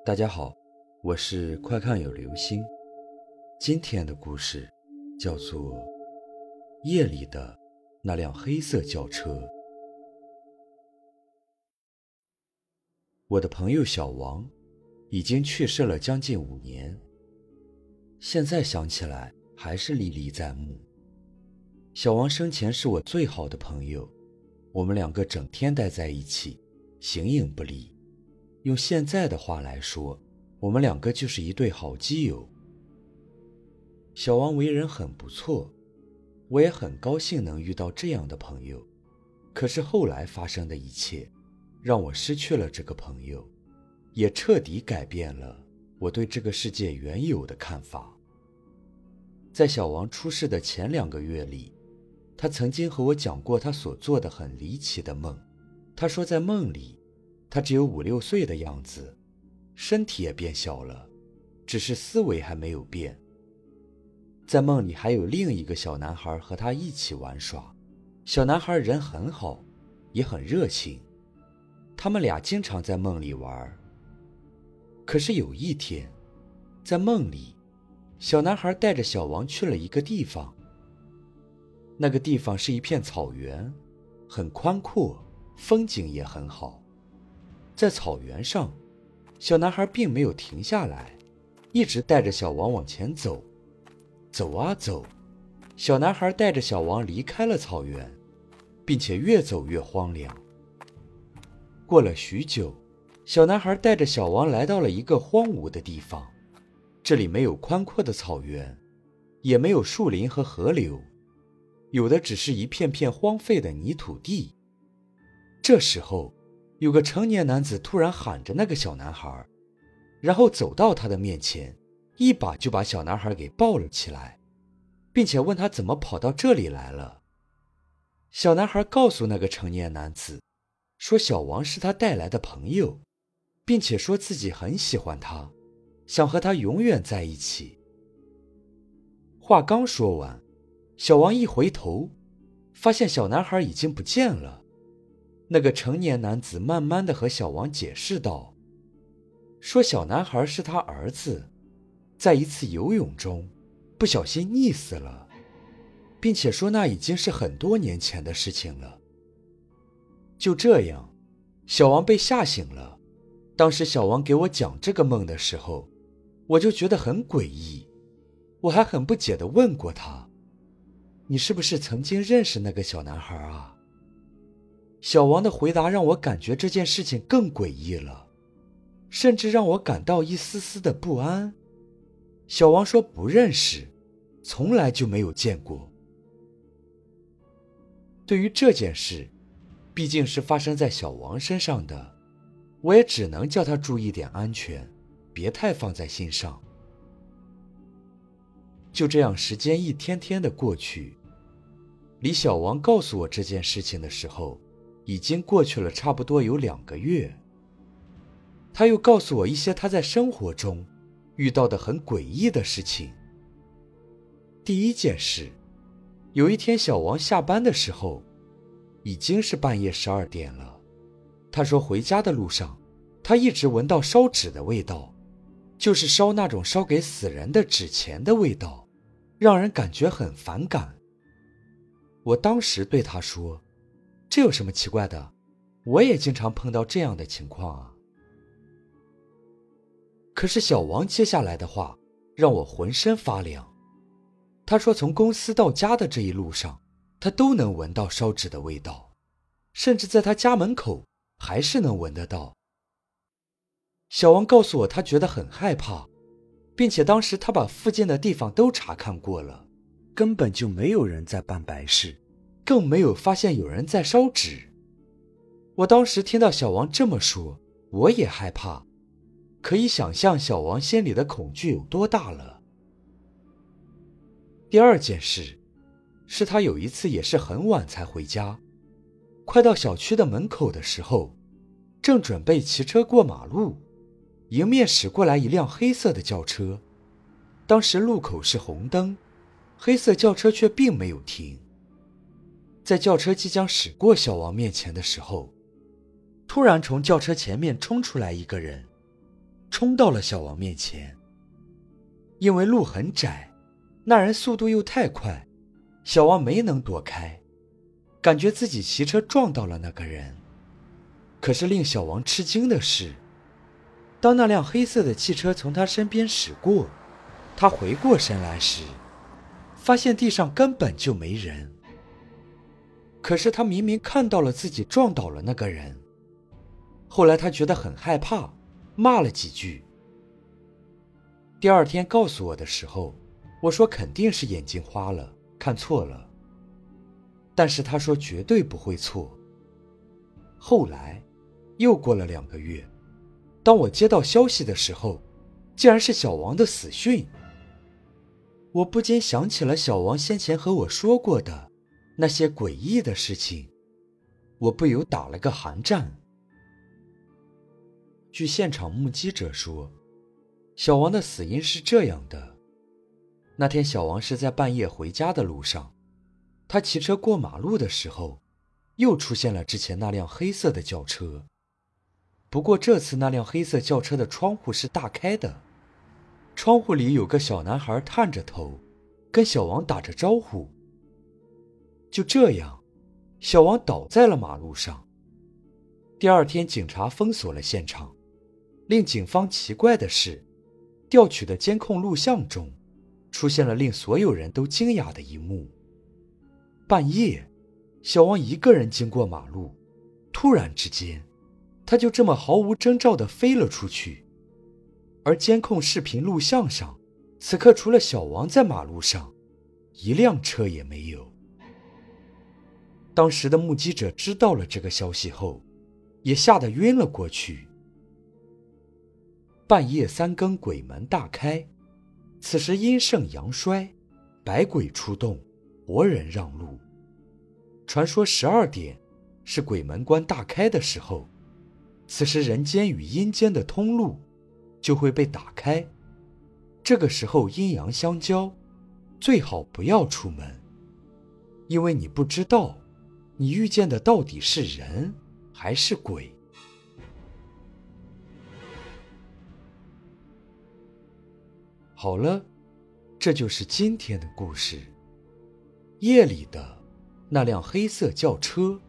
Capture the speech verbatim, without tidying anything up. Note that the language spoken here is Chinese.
大家好，我是快看有流星。今天的故事叫做夜里的那辆黑色轿车。我的朋友小王已经去世了将近五年，现在想起来还是历历在目。小王生前是我最好的朋友，我们两个整天待在一起，形影不离。用现在的话来说，我们两个就是一对好基友。小王为人很不错，我也很高兴能遇到这样的朋友。可是后来发生的一切，让我失去了这个朋友，也彻底改变了我对这个世界原有的看法。在小王出事的前两个月里，他曾经和我讲过他所做的很离奇的梦。他说在梦里，他只有五六岁的样子，身体也变小了，只是思维还没有变。在梦里还有另一个小男孩和他一起玩耍，小男孩人很好，也很热情，他们俩经常在梦里玩。可是有一天，在梦里，小男孩带着小王去了一个地方。那个地方是一片草原，很宽阔，风景也很好。在草原上，小男孩并没有停下来，一直带着小王往前走。走啊走，小男孩带着小王离开了草原，并且越走越荒凉。过了许久，小男孩带着小王来到了一个荒芜的地方。这里没有宽阔的草原，也没有树林和河流，有的只是一片片荒废的泥土地。这时候，有个成年男子突然喊着那个小男孩，然后走到他的面前，一把就把小男孩给抱了起来，并且问他怎么跑到这里来了。小男孩告诉那个成年男子，说小王是他带来的朋友，并且说自己很喜欢他，想和他永远在一起。话刚说完，小王一回头，发现小男孩已经不见了。那个成年男子慢慢地和小王解释道，说小男孩是他儿子，在一次游泳中不小心溺死了，并且说那已经是很多年前的事情了。就这样，小王被吓醒了。当时小王给我讲这个梦的时候，我就觉得很诡异。我还很不解地问过他，你是不是曾经认识那个小男孩啊？小王的回答让我感觉这件事情更诡异了，甚至让我感到一丝丝的不安。小王说不认识，从来就没有见过。对于这件事，毕竟是发生在小王身上的，我也只能叫他注意点安全，别太放在心上。就这样，时间一天天的过去，离小王告诉我这件事情的时候，已经过去了差不多有两个月。他又告诉我一些他在生活中遇到的很诡异的事情。第一件事，有一天小王下班的时候，已经是半夜十二点了。他说回家的路上，他一直闻到烧纸的味道，就是烧那种烧给死人的纸钱的味道，让人感觉很反感。我当时对他说，这有什么奇怪的？我也经常碰到这样的情况啊。可是小王接下来的话让我浑身发凉。他说从公司到家的这一路上，他都能闻到烧纸的味道，甚至在他家门口还是能闻得到。小王告诉我他觉得很害怕，并且当时他把附近的地方都查看过了，根本就没有人在办白事，更没有发现有人在烧纸。我当时听到小王这么说，我也害怕，可以想象小王心里的恐惧有多大了。第二件事，是他有一次也是很晚才回家，快到小区的门口的时候，正准备骑车过马路，迎面驶过来一辆黑色的轿车。当时路口是红灯，黑色轿车却并没有停。在轿车即将驶过小王面前的时候，突然从轿车前面冲出来一个人， 冲到了小王面前。因为路很窄，那人速度又太快，小王没能躲开，感觉自己骑车撞到了那个人。可是令小王吃惊的是，当那辆黑色的汽车从他身边驶过，他回过神来时，发现地上根本就没人。可是他明明看到了自己撞倒了那个人。后来他觉得很害怕，骂了几句。第二天告诉我的时候，我说肯定是眼睛花了，看错了。但是他说绝对不会错。后来又过了两个月，当我接到消息的时候，竟然是小王的死讯。我不禁想起了小王先前和我说过的那些诡异的事情，我不由打了个寒战。据现场目击者说，小王的死因是这样的：那天小王是在半夜回家的路上，他骑车过马路的时候，又出现了之前那辆黑色的轿车。不过这次那辆黑色轿车的窗户是大开的，窗户里有个小男孩探着头，跟小王打着招呼。就这样，小王倒在了马路上。第二天，警察封锁了现场。令警方奇怪的是，调取的监控录像中，出现了令所有人都惊讶的一幕。半夜，小王一个人经过马路，突然之间，他就这么毫无征兆地飞了出去。而监控视频录像上，此刻除了小王在马路上，一辆车也没有。当时的目击者知道了这个消息后，也吓得晕了过去。半夜三更，鬼门大开，此时阴盛阳衰，百鬼出动，活人让路。传说十二点是鬼门关大开的时候，此时人间与阴间的通路就会被打开。这个时候阴阳相交，最好不要出门，因为你不知道你遇见的到底是人还是鬼。好了，这就是今天的故事。夜里的那辆黑色轿车。